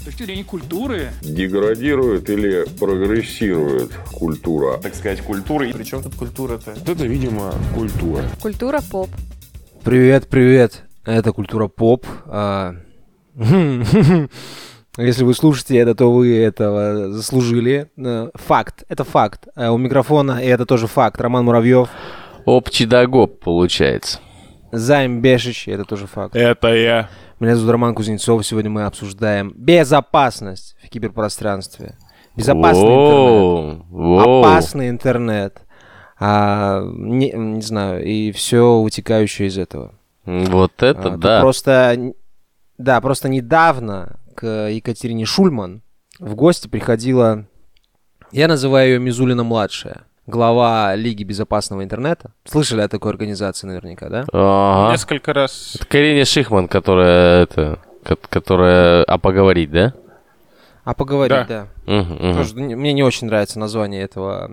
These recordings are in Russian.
точки зрения культуры. Деградирует или прогрессирует культура? Так сказать, культура. Причем тут культура-то? Это, видимо, культура. Культура поп. Привет, привет. Это культура поп. Если вы слушаете это, то вы этого заслужили. Факт. Это факт. У микрофона, и это тоже факт, Роман Муравьев. Опчидагоп, получается. Займ Бешич, это тоже факт. Это я. Меня зовут Роман Кузнецов. Сегодня мы обсуждаем безопасность в киберпространстве. Безопасный интернет. Опасный интернет. Не знаю, и все вытекающее из этого. Вот это да. Просто недавно к Екатерине Шульман в гости приходила, я называю ее Мизулина-младшая, глава Лиги безопасного интернета. Слышали о такой организации наверняка, да? Ага. Несколько раз. Это Карина Шихман, которая поговорить, да? А поговорить, да. Угу. Тоже, мне не очень нравится название этого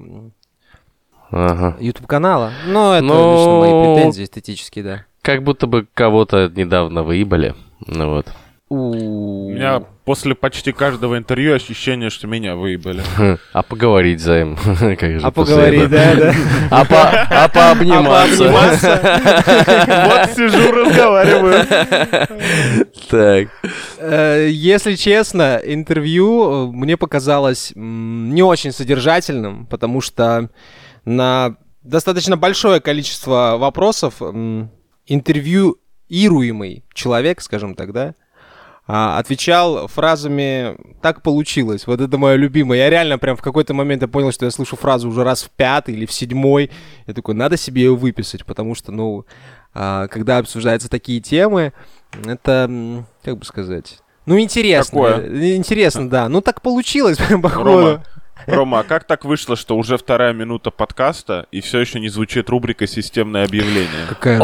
YouTube-канала, но это лично мои претензии эстетические, да. Как будто бы кого-то недавно выебали, ну вот. У меня после почти каждого интервью ощущение, что меня выебали. А поговорить, Займ. А поговорить, да. А пообниматься. Вот сижу, разговариваю. Так. Если честно, интервью мне показалось не очень содержательным, потому что на достаточно большое количество вопросов интервьюируемый человек, скажем так, да, отвечал фразами «так получилось». Вот это мое любимое. Я реально прям в какой-то момент я понял, что я слышу фразу уже раз в 5-й или в 7-й. Я такой, надо себе ее выписать, потому что, когда обсуждаются такие темы, это, как бы сказать, интересно. Такое. Интересно, да. Так получилось, походу. Рома, а как так вышло, что уже 2-я минута подкаста, и все еще не звучит рубрика «Системное объявление»? Какая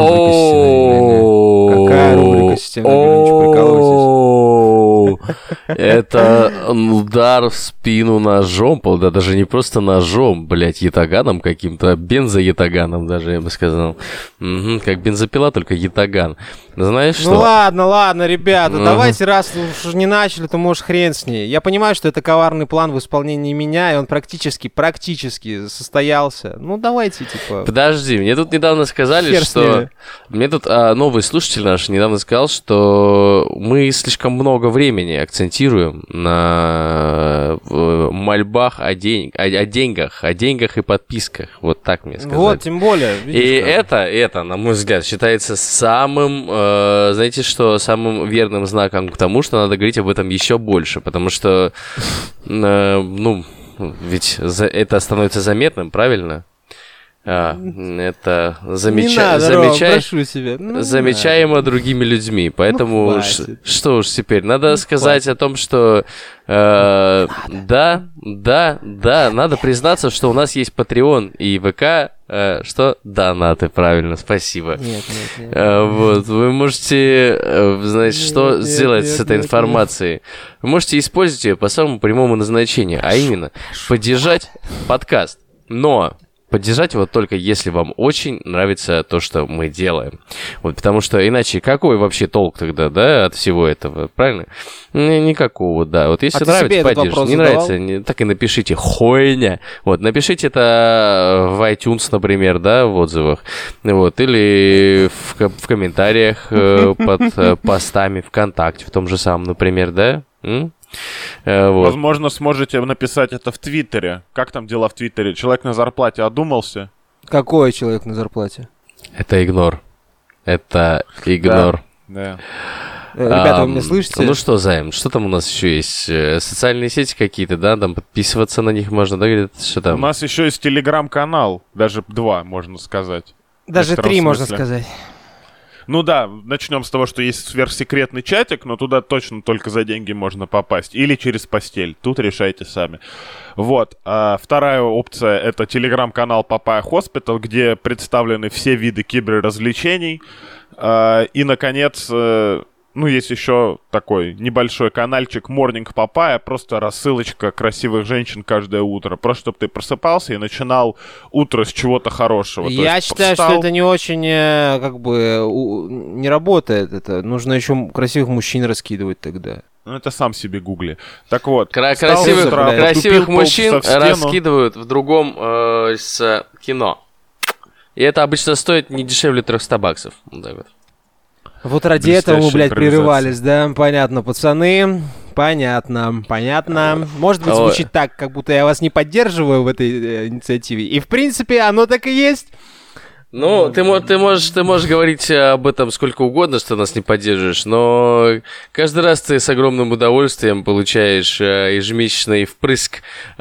рубрика «Системное объявление»? Что, прикалываетесь? Это удар в спину ножом, да даже не просто ножом, блядь, ятаганом каким-то, бензоятаганом даже, я бы сказал. Как бензопила, только ятаган. Знаешь что? Ладно, ребята, давайте, раз уж не начали, то, может, хрен с ней. Я понимаю, что это коварный план в исполнении меня, и он практически состоялся. Давайте, Подожди, мне тут недавно сказали, что... Мне тут новый слушатель наш недавно сказал, что мы слишком много времени акцентируем на мольбах о деньгах и подписках. Вот так мне сказали. Вот, тем более. И это, на мой взгляд, считается самым, знаете что, самым верным знаком к тому, что надо говорить об этом еще больше, потому что, ведь это становится заметным, надо, это замечаемо другими людьми. Поэтому что уж теперь? Надо сказать о том, что надо признаться, что у нас есть Patreon и ВК, что донаты, правильно, спасибо. Нет. Вот, вы можете, что сделать с этой информацией? Вы можете использовать ее по самому прямому назначению, а именно поддержать подкаст. Но поддержать его только если вам очень нравится то, что мы делаем. Вот, потому что иначе какой вообще толк тогда, да, от всего этого, правильно? Никакого, да. Вот если нравится, поддержите. Не нравится, так и напишите «хуйня». Вот, напишите это в iTunes, например, да, в отзывах. Вот, или в комментариях под постами ВКонтакте, в том же самом, например, да? Вот. Возможно, сможете написать это в Твиттере. Как там дела в Твиттере? Человек на зарплате одумался? Какой человек на зарплате? Это игнор. Да. Ребята, вы меня слышите? Ну что, Займ, что там у нас еще есть? Социальные сети какие-то, да? Там подписываться на них можно, да? Что там? У нас еще есть телеграм-канал. Даже 2, можно сказать. Даже 3, можно сказать. Начнем с того, что есть сверхсекретный чатик, но туда точно только за деньги можно попасть. Или через постель. Тут решайте сами. Вот. А вторая опция — это телеграм-канал Papaya Hospital, где представлены все виды киберразвлечений. И, наконец, Ну, есть еще такой небольшой канальчик Morning Papaya, просто рассылочка красивых женщин каждое утро. Просто чтобы ты просыпался и начинал утро с чего-то хорошего. Я считаю, что это не очень, не работает. Это нужно еще красивых мужчин раскидывать тогда. Ну, это сам себе гугли. Так вот. Красивых мужчин раскидывают в другом кино. И это обычно стоит не дешевле 300 баксов. Вот так вот. Вот ради этого мы, блядь, прерывались, да? Понятно, пацаны. Понятно. Может быть, звучит так, как будто я вас не поддерживаю в этой инициативе. И, в принципе, оно так и есть. Ну, ты можешь говорить об этом сколько угодно, что нас не поддерживаешь, но каждый раз ты с огромным удовольствием получаешь ежемесячный впрыск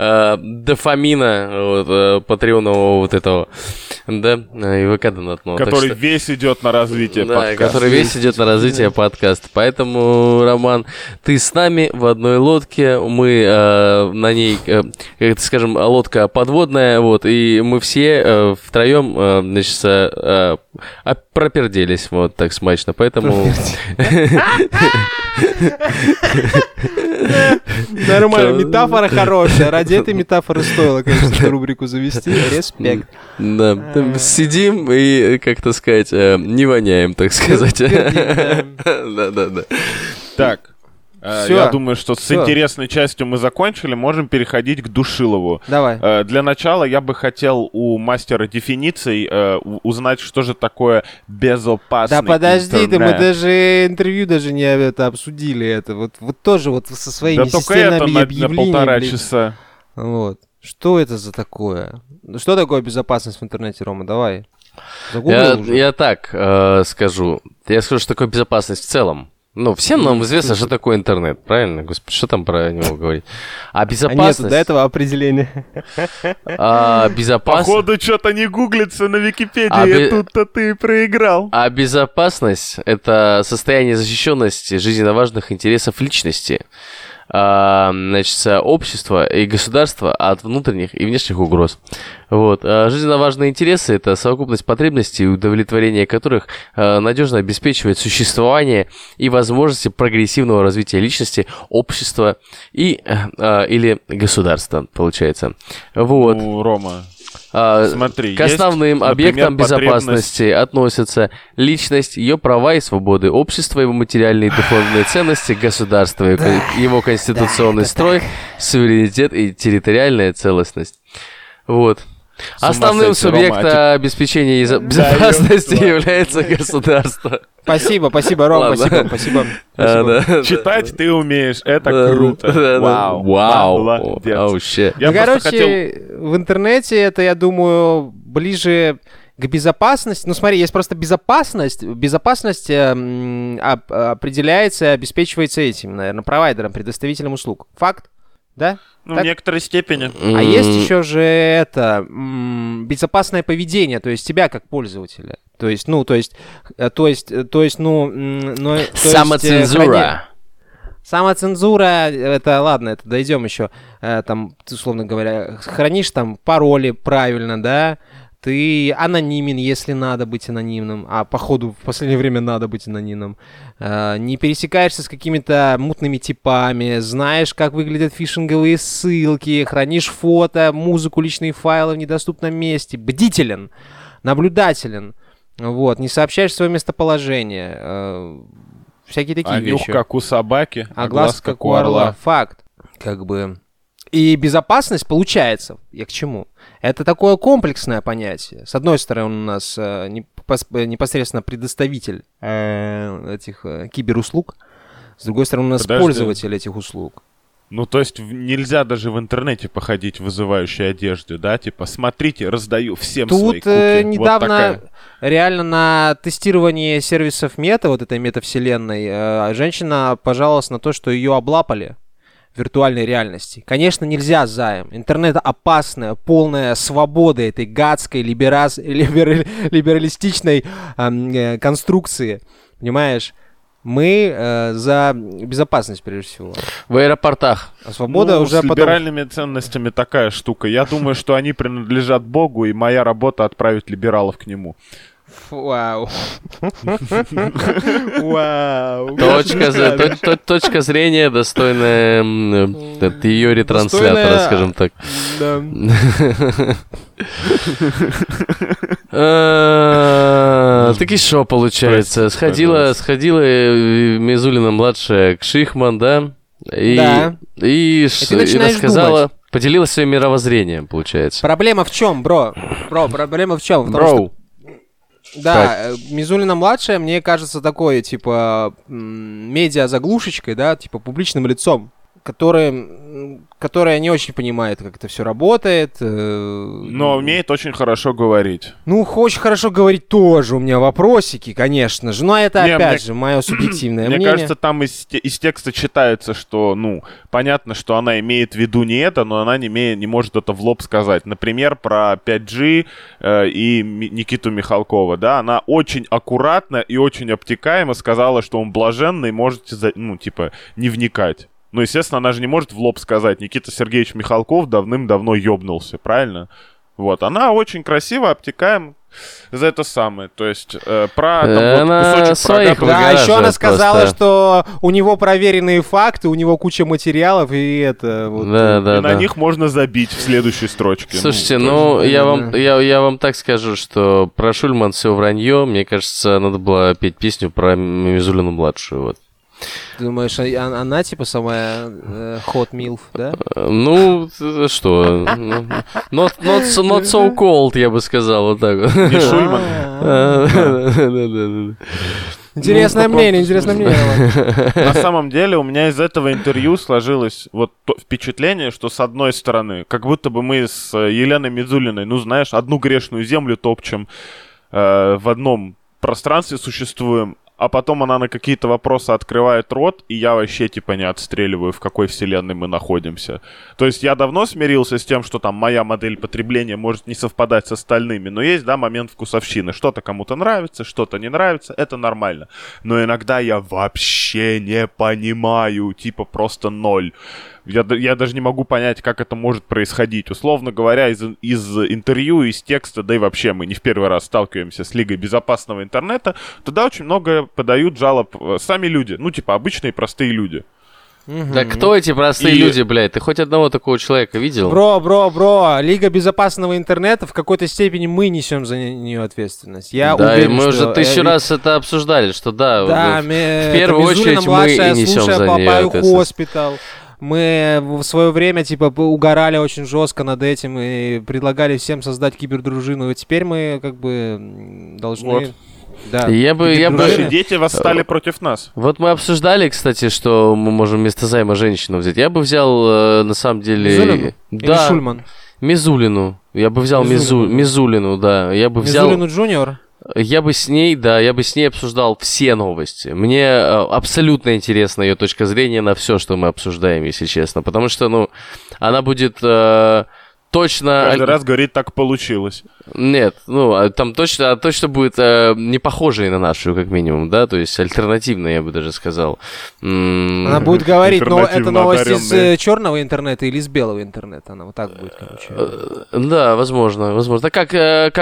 дофамина патреонового вот этого, да, и ВК-донатного. Который весь идет на развитие подкаста. Да, который весь идет на развитие подкаста. Поэтому, Роман, ты с нами в одной лодке, мы на ней, как скажем, лодка подводная, вот, и мы все втроем, значит, проперделись вот так смачно, поэтому... Нормально, метафора хорошая. Ради этой метафоры стоило, конечно, эту рубрику завести. Респект. Да, сидим и, как то сказать, не воняем, так сказать. Да. Так. Я думаю, что с интересной частью мы закончили, можем переходить к Душилову. Давай. Для начала я бы хотел у мастера дефиниций узнать, что же такое безопасный интернет. Да подожди ты, мы даже интервью даже не обсудили это. Вот тоже вот со своими системными объявлениями. На 1,5 часа. Вот. Что это за такое? Что такое безопасность в интернете, Рома? Давай. Я так скажу. Я скажу, что такое безопасность в целом. Ну, всем нам известно, что такое интернет, правильно? Господи, что там про него говорить? А безопасность... Нет, до этого определения. Безопасность... Походу, что-то не гуглится на Википедии, тут-то ты проиграл. А безопасность — это состояние защищенности жизненно важных интересов личности, значит, общества и государства от внутренних и внешних угроз. Вот. Жизненно важные интересы — это совокупность потребностей, удовлетворение которых надежно обеспечивает существование и возможности прогрессивного развития личности, общества и, или государства, получается. Вот. Ну, Рома... Смотри, к основным объектам безопасности относятся личность, ее права и свободы, общество, его материальные и духовные ценности, государство, его конституционный строй, суверенитет и территориальная целостность. Вот. Основным субъектом обеспечения безопасности является государство. Спасибо, Ром, спасибо. Читать ты умеешь, это круто. Вау. Молодец. Короче, в интернете это, я думаю, ближе к безопасности. Ну, смотри, есть просто безопасность. Безопасность определяется и обеспечивается этим, наверное, провайдером, предоставителем услуг. Факт? Да? Ну, в некоторой степени. А есть еще же это безопасное поведение, то есть тебя как пользователя. Самоцензура. Самоцензура, это ладно, это дойдем еще. Там, условно говоря, хранишь там пароли правильно, да? Ты анонимен, если надо быть анонимным, а походу в последнее время надо быть анонимным. Не пересекаешься с какими-то мутными типами, знаешь, как выглядят фишинговые ссылки, хранишь фото, музыку, личные файлы в недоступном месте, бдителен, наблюдателен, вот, не сообщаешь свое местоположение, всякие такие вещи. Нюх как у собаки, а глаз как у орла. Факт, как бы. И безопасность получается. Я к чему? Это такое комплексное понятие. С одной стороны, он у нас непосредственно предоставитель этих киберуслуг. С другой стороны, у нас пользователь этих услуг. Ну, то есть нельзя даже в интернете походить в вызывающей одежде, да? Типа, смотрите, раздаю всем свои куки. Тут недавно реально на тестировании сервисов мета, вот этой метавселенной, женщина пожаловалась на то, что ее облапали в виртуальной реальности. Конечно, нельзя займ. Интернет опасная, полная свободы этой гадской либералистичной конструкции. Понимаешь? Мы за безопасность, прежде всего. В аэропортах. А свобода уже с либеральными ценностями такая штука. Я думаю, что они принадлежат Богу, и моя работа отправить либералов к нему. Вау. Вау. Точка зрения, достойная ее ретранслятора, Достойная, скажем так. Да. Так и шо получается? Сходила Мизулина-младшая к Шихман, да? Да. И ты начинаешь рассказала, думать. поделилась своим мировоззрением, получается. Проблема в чем, бро? Проблема в чем? Бро. Да, Мизулина-младшая, мне кажется, такой, типа, медиа-заглушечкой, да, типа, публичным лицом, которая не очень понимает, как это все работает. Но умеет очень хорошо говорить. Ну, очень хорошо говорить тоже, у меня вопросики, конечно же, но это, Не, опять же, мое субъективное Мне мнение. кажется, там из текста читается, что, понятно, что она имеет в виду не это, но она не может это в лоб сказать. Например, про 5G и Никиту Михалкова, да, она очень аккуратно и очень обтекаемо сказала, что он блаженный, можете, не вникать. Ну, естественно, она же не может в лоб сказать, Никита Сергеевич Михалков давным-давно ёбнулся, правильно? Вот, она очень красиво, обтекаем за это самое, то есть Она своих про Да, еще она выгораживает сказала, просто. что у него проверенные факты, у него куча материалов, и это вот... Да. на них можно забить в следующей строчке. Слушайте, тоже, я вам так скажу, что про Шульман все вранье. Мне кажется, надо было петь песню про Мизулину-младшую, вот. Ты думаешь, она типа самая hot milf, да? Ну, что? Not so cold, я бы сказал, вот так вот. Не Шульман. Да. Интересное мнение. На самом деле у меня из этого интервью сложилось вот то впечатление, что с одной стороны, как будто бы мы с Еленой Мизулиной, одну грешную землю топчем, в одном пространстве существуем, а потом она на какие-то вопросы открывает рот, и я вообще не отстреливаю, в какой вселенной мы находимся. То есть я давно смирился с тем, что там моя модель потребления может не совпадать с остальными, но есть, момент вкусовщины. Что-то кому-то нравится, что-то не нравится, это нормально. Но иногда я вообще не понимаю, просто ноль. Я даже не могу понять, как это может происходить. Условно говоря, из интервью, из текста, да и вообще мы не в первый раз сталкиваемся с Лигой безопасного интернета, туда очень много подают жалоб сами люди, обычные простые люди. Да кто эти простые люди, блядь? Ты хоть одного такого человека видел? Бро, Лига безопасного интернета, в какой-то степени мы несем за нее ответственность. Я Да, уверен, и мы уже что 1000 раз это обсуждали, что Да, в первую очередь мы и несем за нее ответственность. Хоспитал. Мы в свое время, угорали очень жестко над этим и предлагали всем создать кибердружину. И теперь мы, должны... Вот. Да. Наши дети восстали против нас. Вот мы обсуждали, кстати, что мы можем вместо займа женщину взять. Я бы взял, на самом деле... Мизулину? Да. Или Шульман? Мизулину. Я бы взял Мизулину, да. Я бы взял... Мизулину Джуниор? Я бы с ней обсуждал все новости. Мне абсолютно интересна ее точка зрения на все, что мы обсуждаем, если честно. Потому что, она будет точно... Каждый раз говорит, так получилось. Нет, там точно будет не похожей на нашу, как минимум, да, то есть альтернативная, я бы даже сказал. Она будет говорить, но это новости альтернативно из черного интернета или из белого интернета, она вот так будет, Да, возможно. Как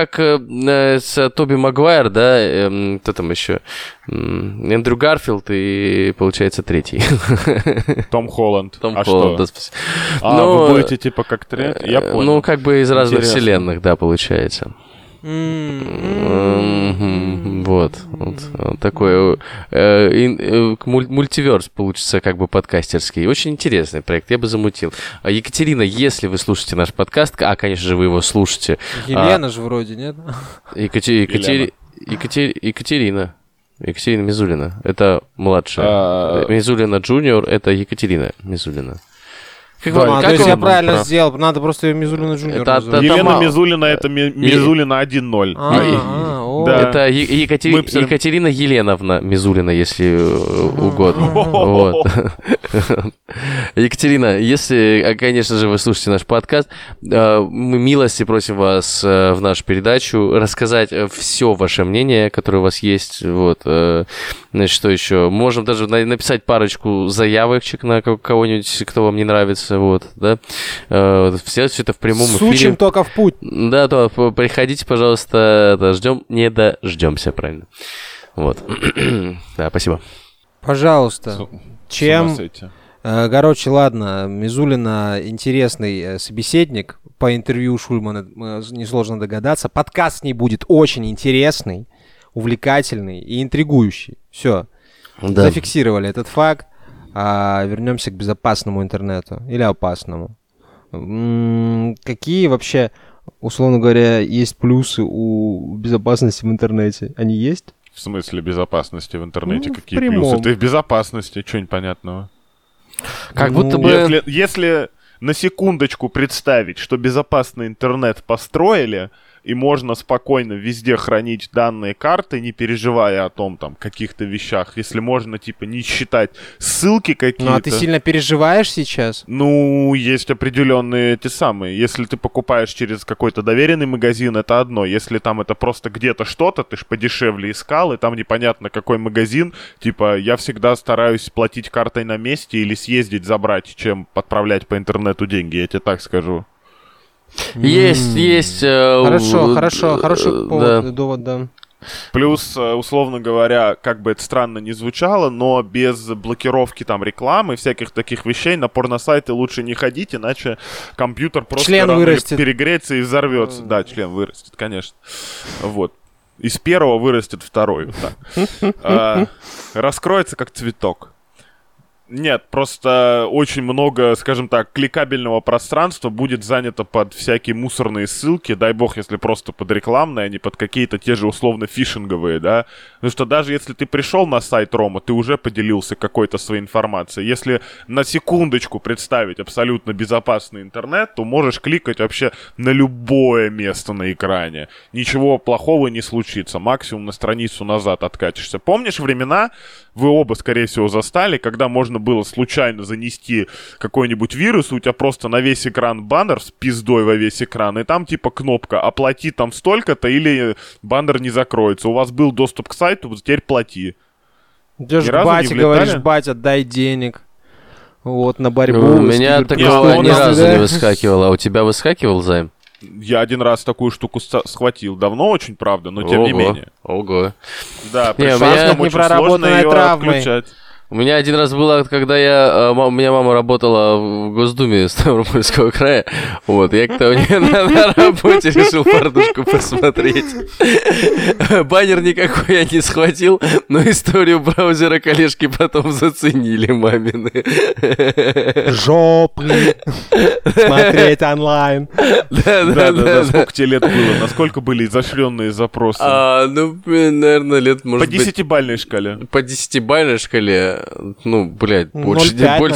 с Тоби Магуайр, да, кто там еще? Эндрю Гарфилд и, получается, третий. Том Холланд. Холланд, да, спасибо. Вы будете как третий? Я понял. Из разных вселенных, да, получается. Вот такой мультиверс получится подкастерский. Очень интересный проект, я бы замутил. Екатерина, если вы слушаете наш подкаст, конечно же вы его слушаете. Елена же вроде, нет? Екатерина Мизулина, это младшая. Мизулина Джуниор, это Екатерина Мизулина. То есть я правильно сделал, надо просто ее Мизулина Джуниор называть. Елена Мизулина, это Мизулина 1-0. Да. Это Екатерина Еленовна Мизулина, если угодно. Вот. Екатерина, если, конечно же, вы слушаете наш подкаст, мы милости просим вас в нашу передачу рассказать все ваше мнение, которое у вас есть. Вот. Значит, что еще? Можем даже написать парочку заявочек на кого-нибудь, кто вам не нравится. Вот, да? Сделать все это в прямом эфире. Сучим только в путь. Да, то приходите, пожалуйста. Ждем, не дождемся, правильно. Вот. Да, спасибо. Пожалуйста. Чем... Короче, ладно, Мизулина интересный собеседник. По интервью Шульмана несложно догадаться. Подкаст с ней будет очень интересный, увлекательный и интригующий. Все. Да. Зафиксировали этот факт. Вернемся к безопасному интернету. Или опасному. Какие вообще, условно говоря, есть плюсы у безопасности в интернете? Они есть? В смысле безопасности в интернете? Какие плюсы? Ты в безопасности, что непонятного? Как будто бы... Если на секундочку представить, что безопасный интернет построили, и можно спокойно везде хранить данные карты, не переживая о том, там, каких-то вещах, если можно, типа, не считать ссылки какие-то. Ну, а ты сильно переживаешь сейчас? Ну, есть определенные те самые. Если ты покупаешь через какой-то доверенный магазин, это одно. Если там это просто где-то что-то, ты ж подешевле искал, и там непонятно какой магазин, типа, я всегда стараюсь платить картой на месте или съездить забрать, чем отправлять по интернету деньги, я тебе так скажу. Есть. Хороший повод, довод, да. Плюс, условно говоря, как бы это странно ни звучало, но без блокировки там рекламы, всяких таких вещей на порносайты лучше не ходить, иначе компьютер просто перегреется и взорвется. Да, член вырастет, конечно. Вот. Из первого вырастет второй. Вот. Раскроется как цветок. Нет, просто очень много, скажем так, кликабельного пространства будет занято под всякие мусорные ссылки, дай бог, если просто под рекламные, а не под какие-то те же условно фишинговые, да. Потому что даже если ты пришел на сайт Рома, ты уже поделился какой-то своей информацией. Если на секундочку представить абсолютно безопасный интернет, то можешь кликать вообще на любое место на экране. Ничего плохого не случится, максимум на страницу назад откатишься. Помнишь времена, вы оба, скорее всего, застали, когда можно было случайно занести какой-нибудь вирус, у тебя просто на весь экран баннер с пиздой во весь экран, и там типа кнопка «Оплати там столько-то» или баннер не закроется. У вас был доступ к сайту, теперь плати. Идешь к бате, говоришь: батя, дай денег. Вот, на борьбу. У меня такого ни разу не выскакивало. А у тебя выскакивал займ? Я один раз такую штуку схватил. Давно очень, правда, но тем не менее. Ого. Да, пришлось очень сложно ее отключать. У меня один раз было, когда у меня мама работала в Госдуме Ставропольского края, вот, я как-то у нее на работе решил порнушку посмотреть. Баннер никакой я не схватил, но историю браузера коллежки потом заценили мамины. Жопы! Смотреть онлайн. Да. Сколько тебе лет было? Насколько были изощренные запросы? Ну, наверное, лет, может быть... По 10-бальной шкале. По 10-бальной шкале... Ну, блядь, больше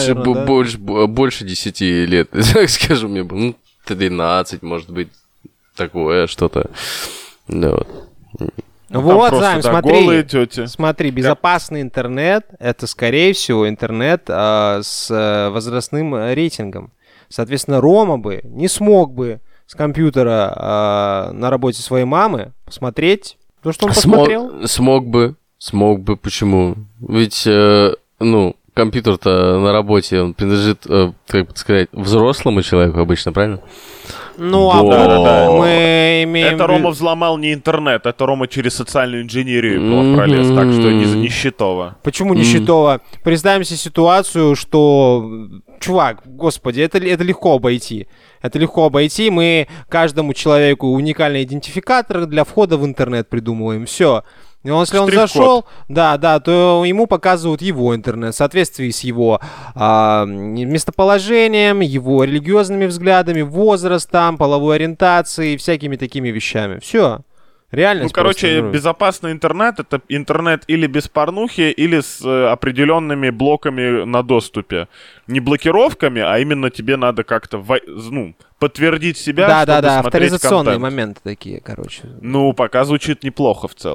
10 лет. Так скажу, мне было, 13, может быть, такое что-то. Да, вот. Вот, Займ, смотри, безопасный интернет — это, скорее всего, интернет с возрастным рейтингом. Соответственно, Рома бы не смог бы с компьютера на работе своей мамы посмотреть то, что он посмотрел. Смог бы, почему? Ведь, компьютер-то на работе, он принадлежит, как бы сказать, взрослому человеку обычно, правильно? Ну, да. Мы имеем... Это Рома взломал не интернет, это Рома через социальную инженерию пролез, так что не счетово. Почему не счетово? Представим себе ситуацию, что... Чувак, господи, это легко обойти. Это легко обойти. Мы каждому человеку уникальный идентификатор для входа в интернет придумываем. Все. Если он зашел, то ему показывают его интернет в соответствии с его местоположением, его религиозными взглядами, возрастом, половой ориентацией, всякими такими вещами. Все. Реальность. Безопасный интернет — это интернет или без порнухи, или с определенными блоками на доступе. Не блокировками, а именно тебе надо как-то подтвердить себя, чтобы смотреть авторизационные контент. моменты такие, короче. Пока звучит неплохо в целом.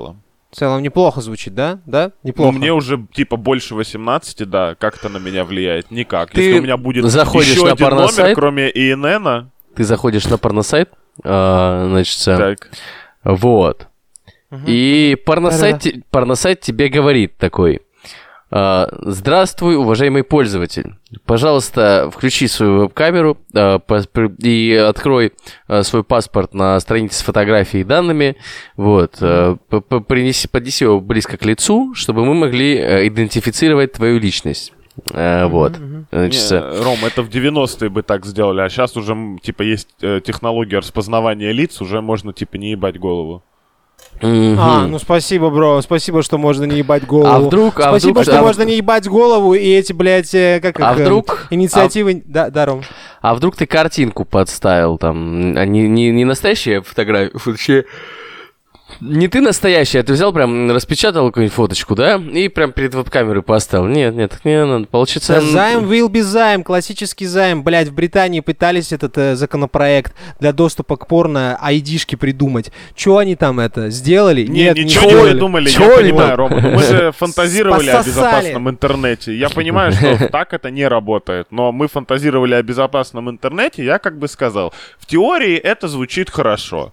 В целом неплохо звучит, да? Да? Неплохо. Ну, мне уже, типа, больше 18, да, как-то на меня влияет. Никак. Ты Если у меня будет заходишь еще на один порносайт? номер, кроме ИНН, Ты заходишь на порносайт, значит, так. вот. И порносайт тебе говорит такой: здравствуй, уважаемый пользователь. Пожалуйста, включи свою веб-камеру и открой свой паспорт на странице с фотографией и данными. Вот. Поднеси его близко к лицу, чтобы мы могли идентифицировать твою личность. Вот. Значит, Ром, это в 90-е бы так сделали, а сейчас уже, типа, есть технология распознавания лиц, уже можно, типа, не ебать голову. Ну спасибо, бро. Спасибо, что можно не ебать голову. Спасибо, что можно не ебать голову, и эти, блядь, инициативы... Да, Ром. А вдруг ты картинку подставил там, не настоящая фотография, вообще... Не ты настоящий, а ты взял прям, распечатал какую-нибудь фоточку, да? И прям перед веб-камерой поставил. Нет, так не надо. Получится... Да, займ will be займ, классический займ. Блядь, в Британии пытались этот законопроект для доступа к порно айдишки придумать. Чё они там это сделали? Нет, ничего не придумали, я понимаю, Рома. Мы же фантазировали о безопасном интернете. Я понимаю, что так это не работает. Но мы фантазировали о безопасном интернете, я как бы сказал. В теории это звучит хорошо.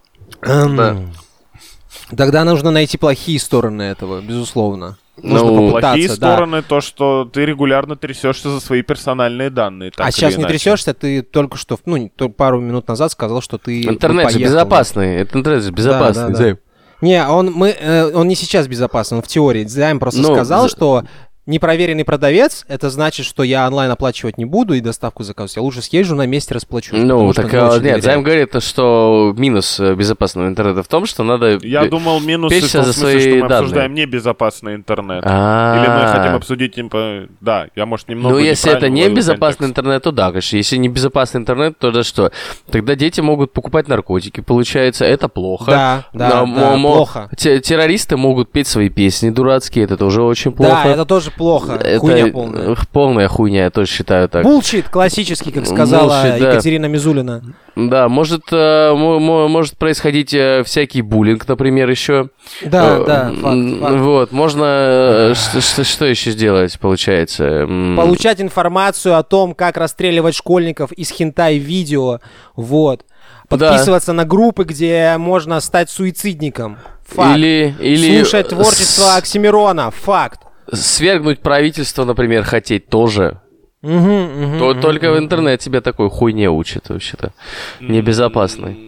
Тогда нужно найти плохие стороны этого, безусловно. Плохие стороны, то, что ты регулярно трясешься за свои персональные данные. А сейчас не трясешься, ты только что, пару минут назад сказал, что ты интернет же безопасный, интернет же безопасный, Займ. Не, он не сейчас безопасный, он в теории. Займ просто сказал, что... Непроверенный продавец, это значит, что я онлайн оплачивать не буду и доставку заказывать. Я лучше съезжу на месте расплачусь. Нет, Займ говорит, что минус безопасного интернета в том, что надо... Я думал, минус в том смысле, что мы обсуждаем небезопасный интернет. Или мы хотим обсудить, типа... Да, я, может, немного... Ну, если это не безопасный интернет, то да, конечно. Если не безопасный интернет, то да что? Тогда дети могут покупать наркотики, получается, это плохо. Да, плохо. Террористы могут петь свои песни дурацкие, это тоже очень плохо. Да, это тоже плохо. Хуйня полная. Полная хуйня, я тоже считаю так. Булшит классический, как сказала Екатерина Мизулина. Да, может происходить всякий буллинг, например, еще. Да, факт. Вот, можно... Что еще сделать, получается? Получать информацию о том, как расстреливать школьников из хентай-видео. Вот. Подписываться на группы, где можно стать суицидником. Факт. Или слушать творчество Оксимирона. Факт. Свергнуть правительство, например, хотеть тоже. Только в интернете тебя такой хуйне учат, вообще-то. Небезопасный.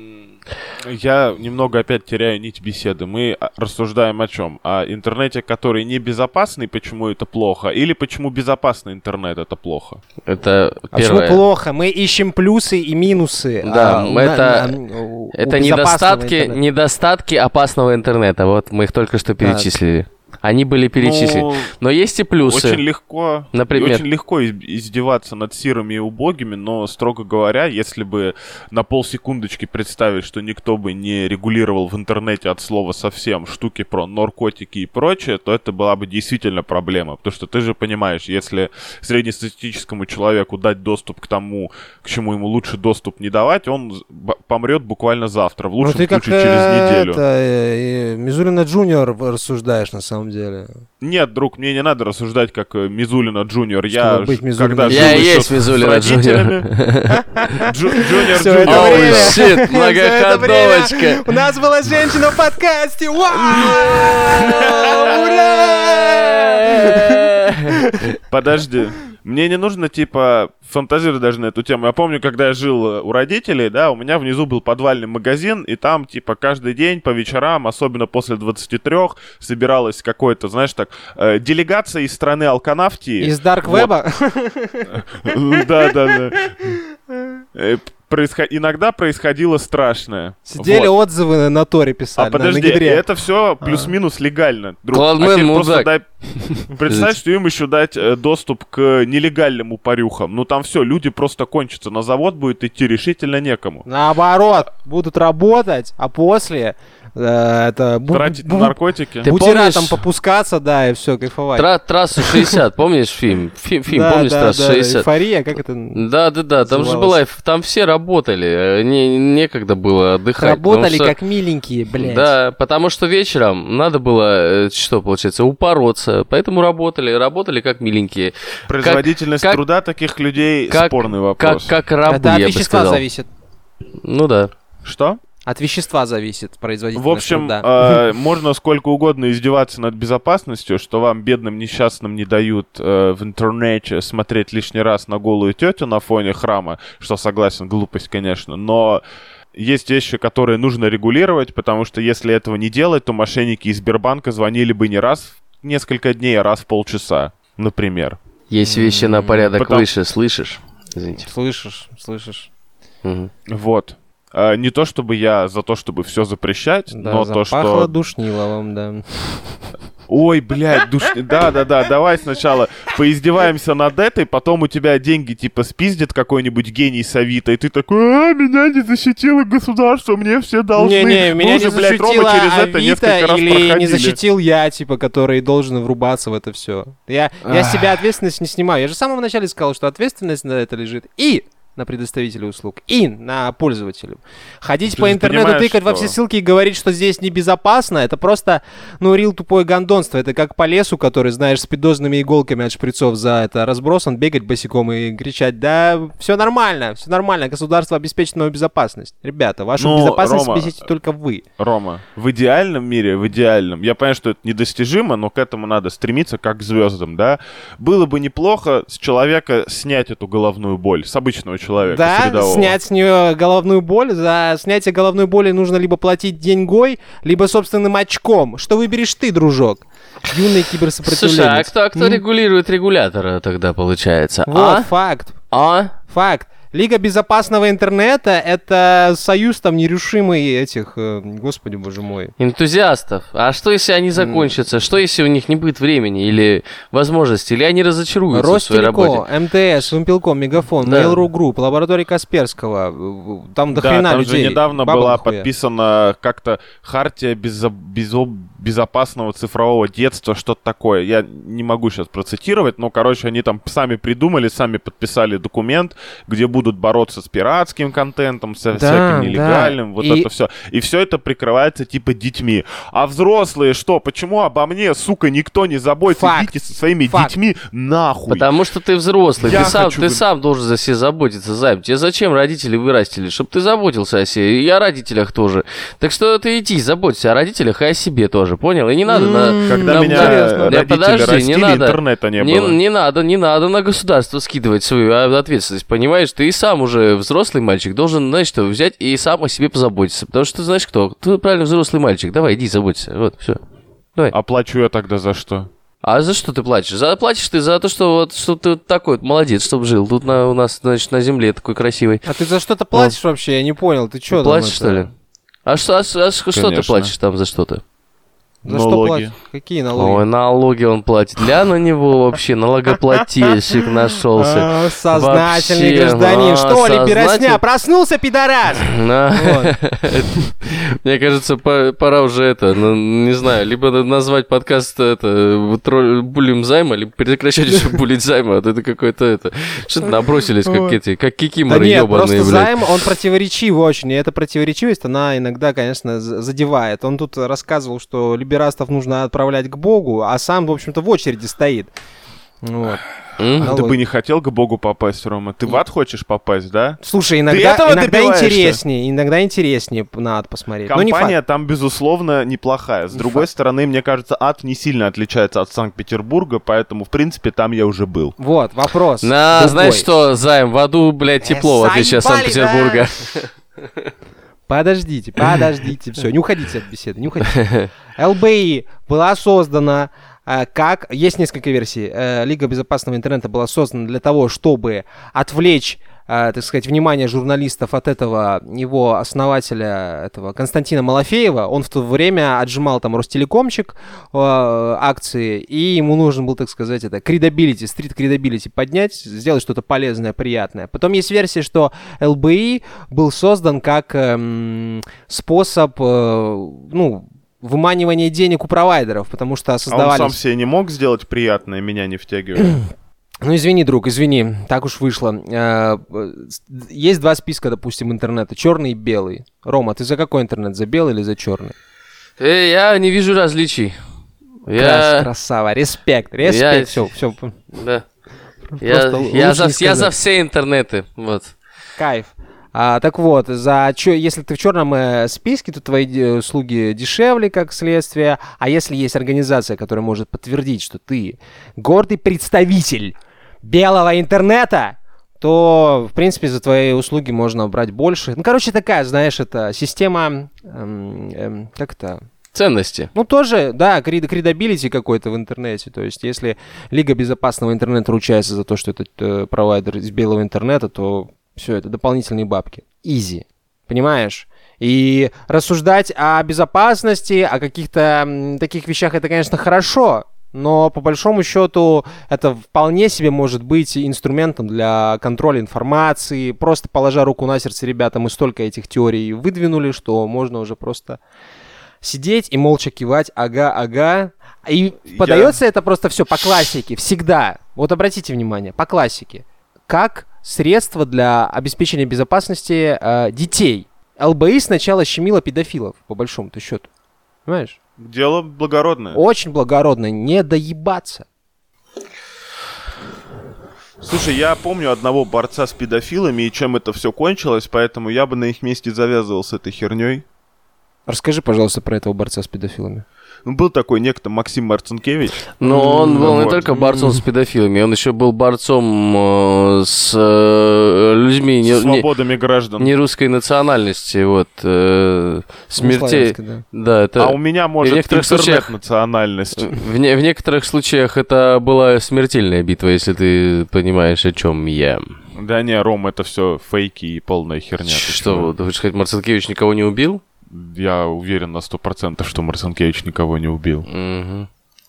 Я немного опять теряю нить беседы. Мы рассуждаем о чем? О интернете, который небезопасный, почему это плохо? Или почему безопасный интернет это плохо? Это первое. Почему плохо? Мы ищем плюсы и минусы. Да, это недостатки опасного интернета. Вот мы их только что перечислили. Они были перечислены. Но есть и плюсы. Очень легко издеваться над сирыми и убогими, но, строго говоря, если бы на полсекундочки представить, что никто бы не регулировал в интернете от слова совсем штуки про наркотики и прочее, то это была бы действительно проблема. Потому что ты же понимаешь, если среднестатистическому человеку дать доступ к тому, к чему ему лучше доступ не давать, он помрет буквально завтра, в лучшем случае через неделю. Мизулина Джуниор рассуждаешь, на самом деле. Нет, друг, мне не надо рассуждать как Мизулина Джуниор. Я есть Мизулина Джуниор. Джуниор Все это время. Shit, многоходовочка. У нас была женщина в подкасте. Ура! Подожди. Мне не нужно, типа, фантазировать даже на эту тему. Я помню, когда я жил у родителей, да, у меня внизу был подвальный магазин, и там, типа, каждый день по вечерам, особенно после 23, собиралась какой-то, знаешь, так, делегация из страны алканавтии. Из дарквеба? Да. Иногда происходило страшное. Сидели отзывы на Торе писали. А подожди, это все плюс-минус легально. Друг. Кладмен мудак. Представь, что им еще дать доступ к нелегальным упорюхам. Ну там все, люди просто кончатся. На завод будет идти решительно некому. Наоборот, будут работать, а после тратить на наркотики. Ты бутератом помнишь- попускаться, да, и все, кайфовать. Трассу 60, помнишь фильм? Фильм, Да, помнишь да, Трассу да, 60? эйфория, как это? Да, там же называлось? была, там все работали, некогда было отдыхать. Работали потому что- как миленькие, блядь. Да, потому что вечером надо было, что получается, упороться, поэтому работали как миленькие. Производительность как- труда таких людей как- спорный вопрос. Как рабы, Это от я бы вещества сказал. зависит. Ну да. Что? От вещества зависит производительность В общем, труда. можно сколько угодно издеваться над безопасностью, что вам, бедным несчастным, не дают в интернете смотреть лишний раз на голую тетю на фоне храма, что, согласен, глупость, конечно, но есть вещи, которые нужно регулировать, потому что если этого не делать, то мошенники из Сбербанка звонили бы не раз в несколько дней, а раз в полчаса, например. Есть вещи на порядок Потому- выше, слышишь? Извините. Слышишь. Мгм. Вот. Не то чтобы я за то, чтобы все запрещать, Да, но то, запахло что... душниловым, да. Ой, блядь, Да, давай сначала поиздеваемся над этой, потом у тебя деньги типа спиздит какой-нибудь гений с Авито, и ты такой, меня не защитило государство, мне все должны. Не-не, Мы меня уже, не блядь, Рома, защитила через это несколько Авито раз или не проходили. защитил я, типа, который должен врубаться в это все. Я с себя ответственность не снимаю. Я же в самом начале сказал, что ответственность на это лежит и на предоставителя услуг, и на пользователя. Ходить Ты по же интернету, понимаешь, тыкать во что- все ссылки и говорить, что здесь небезопасно, это просто, рил тупое гондонство. Это как по лесу, который, знаешь, с педозными иголками от шприцов за это разбросан, бегать босиком и кричать, да, все нормально, государство обеспечит мою безопасность. Ребята, вашу Ну, безопасность Рома, обеспечите только вы. Рома, в идеальном мире, я понимаю, что это недостижимо, но к этому надо стремиться как к звездам, да? Было бы неплохо с человека снять эту головную боль, с обычного человека, с Да, рядового. снять с нее головную боль. За снятие головной боли нужно либо платить деньгой, либо собственным очком. Что выберешь ты, дружок? Юный киберсопротивленец. Слушай, а кто регулирует регулятора тогда, получается? Вот, факт. Факт. Лига безопасного интернета — это союз там нерушимый этих, господи боже мой. Энтузиастов. А что, если они закончатся? Что, если у них не будет времени или возможности? Или они разочаруются в своей работе? Ростелеком, МТС, Вимпелком, Мегафон, Да. Mail.ru Group, лаборатория Касперского. Там до Да, хрена там людей. же недавно бабок была дохуя. подписана как-то хартия безопасного цифрового детства, что-то такое. Я не могу сейчас процитировать, но, короче, они там сами придумали, сами подписали документ, где будут бороться с пиратским контентом, со всяким нелегальным, вот И- это все. И все это прикрывается типа детьми. А взрослые что? Почему обо мне, сука, никто не заботится? Факт. Идите со своими Факт. детьми нахуй. Потому что ты взрослый, Я ты хочу- сам должен за себя заботиться, Займ. Тебе зачем родители вырастили? Чтобы ты заботился о себе, и о родителях тоже. Так что ты иди, заботься о родителях и о себе тоже, понял? И не надо Когда на- меня на- родители подожди, растили, не надо. интернета не было. Не надо на государство скидывать свою ответственность, понимаешь? Ты и сам уже взрослый мальчик, должен, знаешь, что, взять и сам о себе позаботиться. Потому что ты знаешь кто? Ты правильно взрослый мальчик. Давай, иди, заботься. Вот, все. Давай. А плачу я тогда за что? А за что ты плачешь? Платишь ты за то, что ты вот такой вот молодец, чтобы жил. Тут у нас, значит, на земле такой красивый. А ты за что-то платишь вообще? Я не понял. Ты что Платишь, что ли? А что ты Конечно. платишь там за что-то? За что Налоги. платишь? Какие налоги? Ой, налоги он платит. Ля на него вообще, налогоплательщик нашелся. Сознательный Вообще, гражданин. Что ли, сознатель- пиросня? Проснулся, пидорас! На. Вот. Мне кажется, пора уже не знаю, либо назвать подкаст буллим Займа, либо прекращать уже булить Займа. Вот это какое-то что-то набросились, как Да кикиморы нет, ебаные, просто блядь. займ, он противоречивый очень, и эта противоречивость, она иногда, конечно, задевает. Он тут рассказывал, что либерастов нужно отправлять к Богу, а сам, в общем-то, в очереди стоит. Вот. М? Ты Налоги. бы не хотел к Богу попасть, Рома. Ты в ад хочешь попасть, да? Слушай, этого иногда добиваешься? интереснее надо посмотреть. Но не Компания факт. там, безусловно, неплохая. С другой стороны, мне кажется, ад не сильно отличается от Санкт-Петербурга, поэтому, в принципе, там я уже был. Вот, вопрос. На, другой. знаешь что, Займ, в аду, блядь, тепло, в отличие от заебали, Санкт-Петербурга. Подождите, все, не уходите от беседы, не уходите. ЛБИ была создана как... Есть несколько версий. Лига безопасного интернета была создана для того, чтобы отвлечь так сказать, внимание журналистов от этого его основателя, этого Константина Малафеева. Он в то время отжимал там Ростелекомчик акции, и ему нужен был, так сказать, это credibility, street credibility поднять, сделать что-то полезное, приятное. Потом есть версия, что ЛБИ был создан как способ, выманивания денег у провайдеров, потому что создавались... А он сам себе не мог сделать приятное, меня не втягивая? Ну, извини, друг, извини, так уж вышло. Есть два списка, допустим, интернета, черный и белый. Рома, ты за какой интернет, за белый или за черный? Я не вижу различий. Красава, респект, все. Да. Я за все интернеты, вот. Кайф. Так вот, если ты в черном списке, то твои услуги дешевле, как следствие. А если есть организация, которая может подтвердить, что ты гордый представитель белого интернета, то, в принципе, за твои услуги можно брать больше. Ну, короче, такая, знаешь, это система... как это... Ценности. Ну, тоже, да, кредабилити какой-то в интернете. То есть, если Лига безопасного интернета ручается за то, что этот провайдер из белого интернета, то... Все, это дополнительные бабки. Изи. Понимаешь? И рассуждать о безопасности, о каких-то таких вещах, это, конечно, хорошо, но по большому счету это вполне себе может быть инструментом для контроля информации. Просто положа руку на сердце, ребята, мы столько этих теорий выдвинули, что можно уже просто сидеть и молча кивать, ага. И подается это просто все по классике, всегда. Вот обратите внимание, по классике. Как средство для обеспечения безопасности детей. ЛБИ сначала щемило педофилов, по большому-то счету. Понимаешь? Дело благородное. Очень благородное. Не доебаться. Слушай, я помню одного борца с педофилами, и чем это все кончилось, поэтому я бы на их месте завязывал с этой херней. Расскажи, пожалуйста, про этого борца с педофилами. Ну, был такой некто Максим Марцинкевич. Но он был не только борцом с педофилами, он еще был борцом с людьми... свободами граждан. Не русской национальности, вот. Смертей. Да, это... А у меня, может, интернет-национальность. В некоторых случаях это была смертельная битва, если ты понимаешь, о чем я. Да не, Ром, это все фейки и полная херня. Что, ты хочешь сказать, Марцинкевич никого не убил? Я уверен на 100%, что Марцинкевич никого не убил. Угу.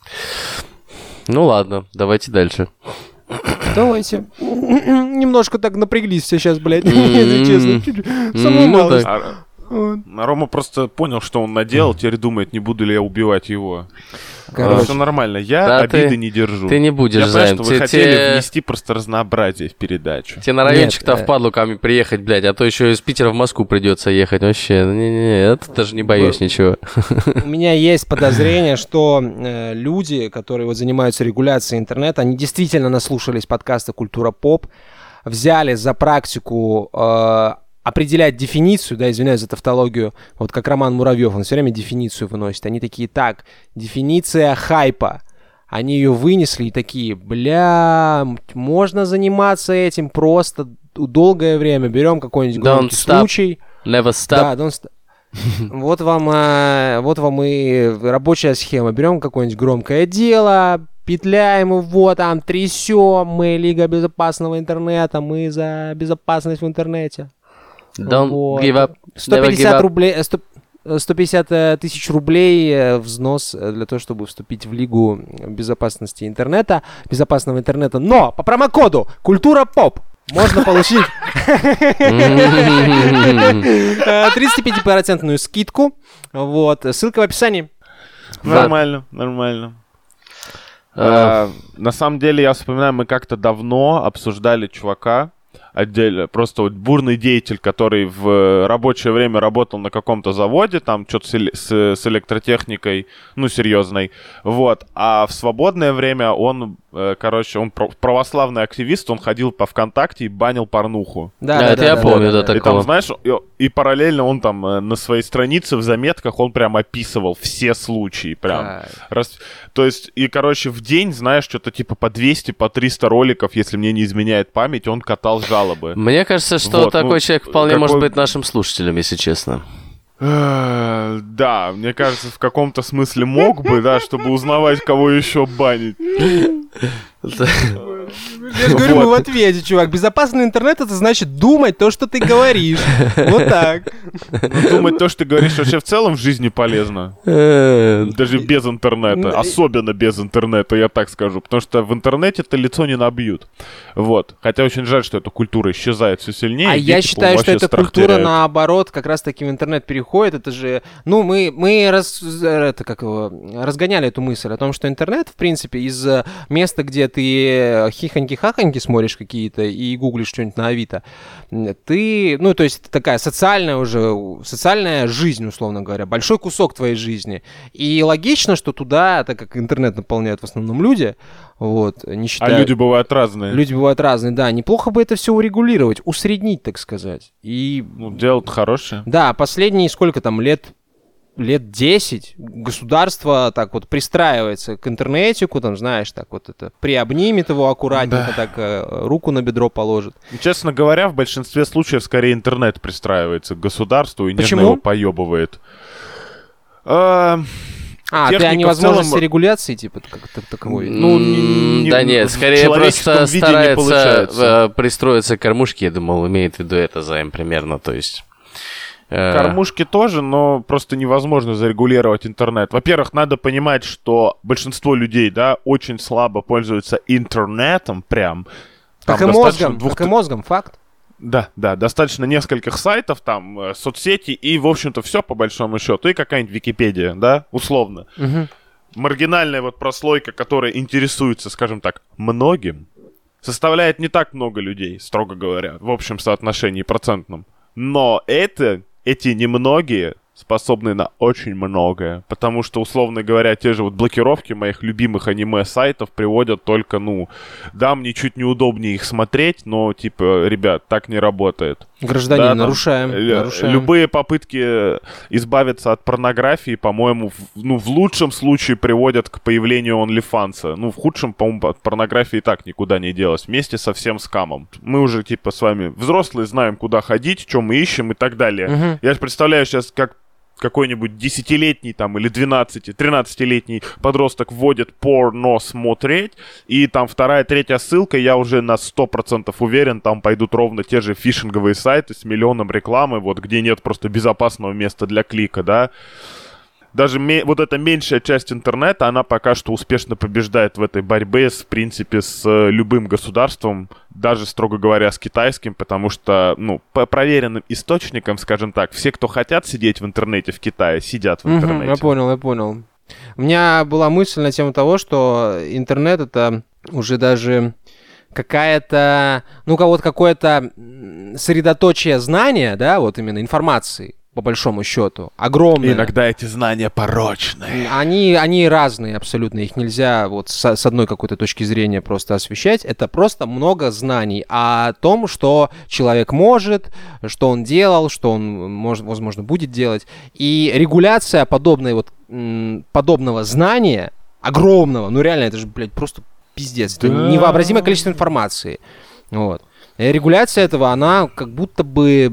Ну ладно, давайте дальше. Давайте. Немножко так напряглись все сейчас, блядь, если честно. Самую малость. Рома просто понял, что он наделал, теперь думает, не буду ли я убивать его. Все нормально, я обиды не держу. Ты не будешь, Займ. Я понимаю, что вы хотели внести просто разнообразие в передачу. Тебе на райончик-то впадлу ко мне приехать, блядь, а то еще из Питера в Москву придется ехать. Вообще, не-не-не, я тут даже не боюсь ничего. У меня есть подозрение, что люди, которые вот занимаются регуляцией интернета, они действительно наслушались подкаста «Культура поп», взяли за практику... определять дефиницию, да, извиняюсь за тавтологию, вот как Роман Муравьев, он все время дефиницию выносит. Они такие, так, дефиниция хайпа. Они ее вынесли и такие, бля, можно заниматься этим просто долгое время. Берем какой-нибудь громкий случай. Never stop. Да, вот вам и рабочая схема. Берем какое-нибудь громкое дело, петляем его, там, трясем. Мы Лига безопасного интернета, мы за безопасность в интернете. Don't give up. 150 рублей, 150 тысяч рублей взнос для того, чтобы вступить в Лигу безопасности интернета, безопасного интернета. Но по промокоду «Культура поп» можно получить 35% скидку. Вот. Ссылка в описании. Нормально. На самом деле, я вспоминаю, мы как-то давно обсуждали чувака, отдельно, просто вот бурный деятель, который в рабочее время работал на каком-то заводе, там что-то с электротехникой, ну, серьезной, вот, а в свободное время он, он православный активист, он ходил по ВКонтакте и банил порнуху. Да, это я помню, да, такого. И там, знаешь, и параллельно он там на своей странице в заметках, он прям описывал все случаи, прям. То есть, и, в день, знаешь, что-то типа по 200, по 300 роликов, если мне не изменяет память, он катал жалобы. Мне кажется, что такой человек вполне может быть нашим слушателем, если честно. Да, мне кажется, в каком-то смысле мог бы, да, чтобы узнавать, кого еще банить. Я же говорю, мы в ответе, чувак. Безопасный интернет — это значит думать то, что ты говоришь. Вот так. Думать то, что ты говоришь, вообще в целом в жизни полезно. Даже без интернета. Особенно без интернета, я так скажу. Потому что в интернете-то лицо не набьют. Вот. Хотя очень жаль, что эта культура исчезает все сильнее. А я считаю, что эта культура, наоборот, как раз-таки в интернет переходит. Это же... Ну, мы разгоняли эту мысль о том, что интернет, в принципе, из места, где ты хихоньки-хахоньки смотришь какие-то и гуглишь что-нибудь на Авито, ты... Ну, то есть такая социальная жизнь, условно говоря. Большой кусок твоей жизни. И логично, что туда, так как интернет наполняют в основном люди, вот, не считая... А люди бывают разные. Люди бывают разные, да. Неплохо бы это все урегулировать, усреднить, так сказать. И... Ну, дело-то хорошее. Да, последние сколько там лет 10 государство так вот пристраивается к интернетику, там, знаешь, так вот это, приобнимет его аккуратненько, так руку на бедро положит. Честно говоря, в большинстве случаев скорее интернет пристраивается к государству и нежно его поебывает. Ты о невозможности регуляции, типа, как таковой? Да нет, скорее просто старается пристроиться к кормушке, я думал, имеет в виду это займ примерно, то есть... Кормушки тоже, но просто невозможно зарегулировать интернет. Во-первых, надо понимать, что большинство людей, да, очень слабо пользуются интернетом прям. Как и мозгом, факт. Да, достаточно нескольких сайтов, там, соцсети и, в общем-то, все по большому счету. И какая-нибудь Википедия, да, условно. Угу. Маргинальная вот прослойка, которая интересуется, скажем так, многим, составляет не так много людей, строго говоря, в общем соотношении процентном. Но эти немногие способны на очень многое, потому что, условно говоря, те же вот блокировки моих любимых аниме-сайтов приводят только, да, мне чуть неудобнее их смотреть, но, типа, ребят, так не работает. Гражданин, да, нарушаем. Любые попытки избавиться от порнографии, по-моему, в лучшем случае приводят к появлению OnlyFans. В худшем, по-моему, от порнографии и так никуда не делось, вместе со всем скамом. Мы уже, типа, с вами взрослые, знаем, куда ходить, что мы ищем и так далее. Угу. Я же представляю сейчас, как какой-нибудь 10-летний там или 13-летний подросток вводит порно смотреть, и там 2-3 ссылка, я уже на 100% уверен, там пойдут ровно те же фишинговые сайты с миллионом рекламы, вот где нет просто безопасного места для клика, да. Даже вот эта меньшая часть интернета, она пока что успешно побеждает в этой борьбе, в принципе, с любым государством, даже, строго говоря, с китайским, потому что, по проверенным источникам, скажем так, все, кто хотят сидеть в интернете в Китае, сидят в интернете. Я понял. У меня была мысль на тему того, что интернет — это уже даже какая-то, какое-то средоточие знания, да, вот именно информации, по большому счету, огромные. Иногда эти знания порочные. Они разные абсолютно, их нельзя вот с одной какой-то точки зрения просто освещать. Это просто много знаний о том, что человек может, что он делал, что он, возможно, будет делать. И регуляция подобного знания, огромного, реально, это же, блядь, просто пиздец. Это невообразимое количество информации. Вот. И регуляция этого, она как будто бы...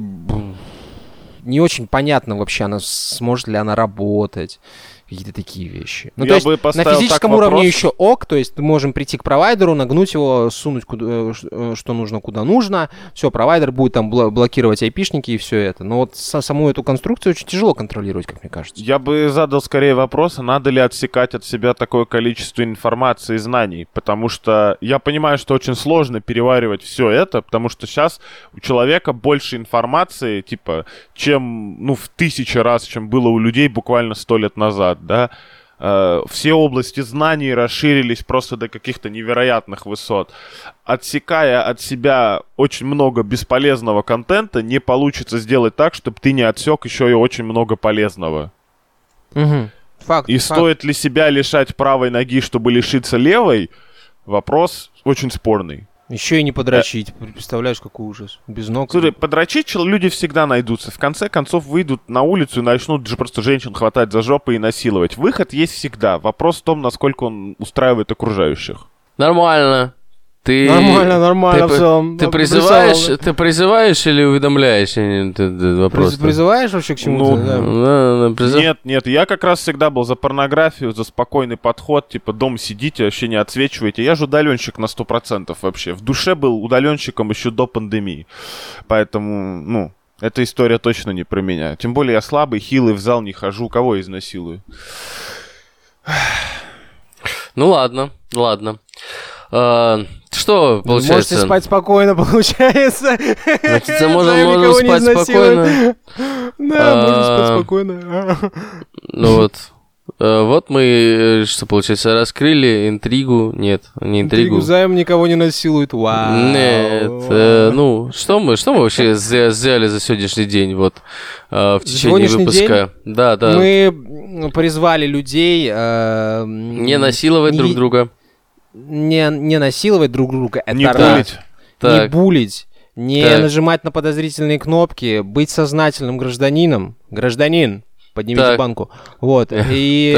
Не очень понятно вообще, сможет ли она работать, какие-то такие вещи. То есть на физическом уровне еще ок, то есть мы можем прийти к провайдеру, нагнуть его, сунуть что нужно, куда нужно, все, провайдер будет там блокировать айпишники и все это. Но вот саму эту конструкцию очень тяжело контролировать, как мне кажется. Я бы задал скорее вопрос, надо ли отсекать от себя такое количество информации и знаний, потому что я понимаю, что очень сложно переваривать все это, потому что сейчас у человека больше информации, типа, чем, в 1000 раз, чем было у людей буквально 100 лет назад. Да, все области знаний расширились просто до каких-то невероятных высот. Отсекая от себя очень много бесполезного контента, не получится сделать так, чтобы ты не отсек еще и очень много полезного. Угу. Факт. Стоит ли себя лишать правой ноги, чтобы лишиться левой? Вопрос очень спорный. Еще и не подрочить. Представляешь, какой ужас. Без ног. Слушай, подрочить люди всегда найдутся. В конце концов выйдут на улицу и начнут же просто женщин хватать за жопы и насиловать. Выход есть всегда. Вопрос в том, насколько он устраивает окружающих. Нормально. Ты... Нормально в целом. Ты призываешь или уведомляешь? Вопрос. Призываешь вообще к чему-то? Нет, я как раз всегда был за порнографию, за спокойный подход, типа, дома сидите, вообще не отсвечивайте. Я же удаленщик на 100% вообще. В душе был удаленщиком еще до пандемии. Поэтому, эта история точно не про меня. Тем более я слабый, хилый, в зал не хожу. Кого изнасилую? Ну ладно. Что получается? Можете спать спокойно, получается. Можем спать спокойно. Да, можем спать спокойно. Ну вот мы, что получается, раскрыли интригу. Нет, не интригу. Займ никого не насилует. Вау. Нет, что мы вообще сделали за сегодняшний день, вот, в течение выпуска? Да. Мы призвали людей... Не насиловать друг друга. Не насиловать друг друга, это не раз. булить. Не булить, не нажимать на подозрительные кнопки, быть сознательным гражданином. Гражданин, поднимите банку. Вот. И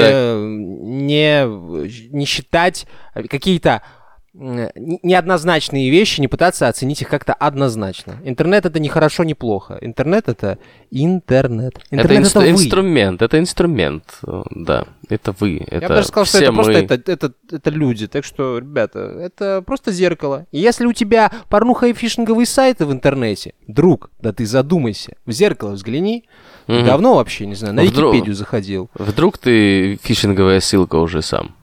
не считать какие-то неоднозначные вещи, не пытаться оценить их как-то однозначно. Интернет — это не хорошо, не плохо. Интернет — это интернет. Интернет — это инструмент, да. Это вы. Я бы даже сказал, что это просто это люди. Так что, ребята, это просто зеркало. И если у тебя порнуха и фишинговые сайты в интернете, друг, да ты задумайся. В зеркало взгляни. Давно вообще, не знаю, на Википедию заходил. Вдруг ты фишинговая ссылка уже сам.